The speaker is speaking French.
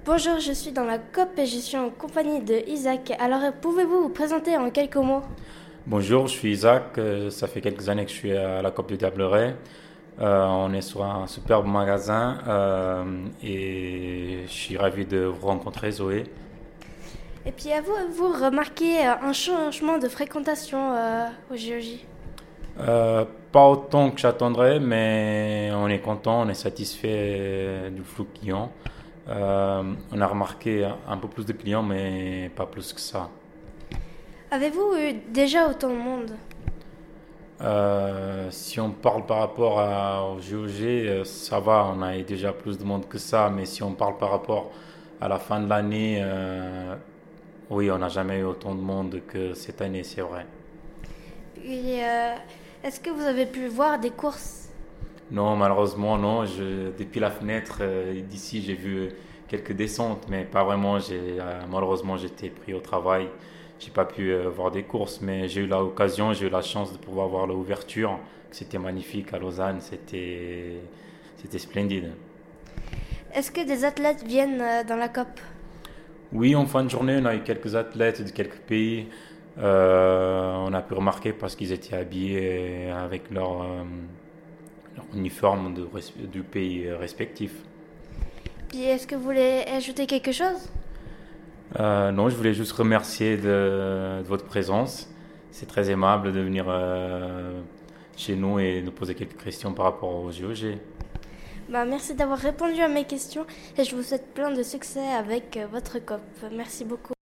Bonjour, je suis dans la COP et je suis en compagnie de Isaac. Alors, pouvez-vous vous présenter en quelques mots? Bonjour, je suis Isaac. Ça fait quelques années que je suis à la COP de Diableret. On est sur un superbe magasin et je suis ravi de vous rencontrer, Zoé. Et puis, avez-vous remarqué un changement de fréquentation au GOJ? Pas autant que j'attendrais, mais on est content, on est satisfait du flux client. On a remarqué un peu plus de clients, mais pas plus que ça. Avez-vous eu déjà autant de monde? Si on parle par rapport au GOG, ça va, on a déjà plus de monde que ça, mais si on parle par rapport à la fin de l'année, oui, on n'a jamais eu autant de monde que cette année, c'est vrai. Et, est-ce que vous avez pu voir des courses? Non, malheureusement, non. Depuis la fenêtre d'ici, j'ai vu quelques descentes, mais pas vraiment. Malheureusement, j'étais pris au travail. J'ai pas pu voir des courses, mais j'ai eu l'occasion, j'ai eu la chance de pouvoir voir l'ouverture. C'était magnifique à Lausanne, c'était splendide. Est-ce que des athlètes viennent dans la COP? Oui, en fin de journée, on a eu quelques athlètes de quelques pays. On a pu remarquer parce qu'ils étaient habillés avec leur uniforme du pays respectif. Puis, est-ce que vous voulez ajouter quelque chose? Non, je voulais juste remercier de votre présence. C'est très aimable de venir chez nous et de poser quelques questions par rapport au GOG. Bah, merci d'avoir répondu à mes questions et je vous souhaite plein de succès avec votre COP. Merci beaucoup.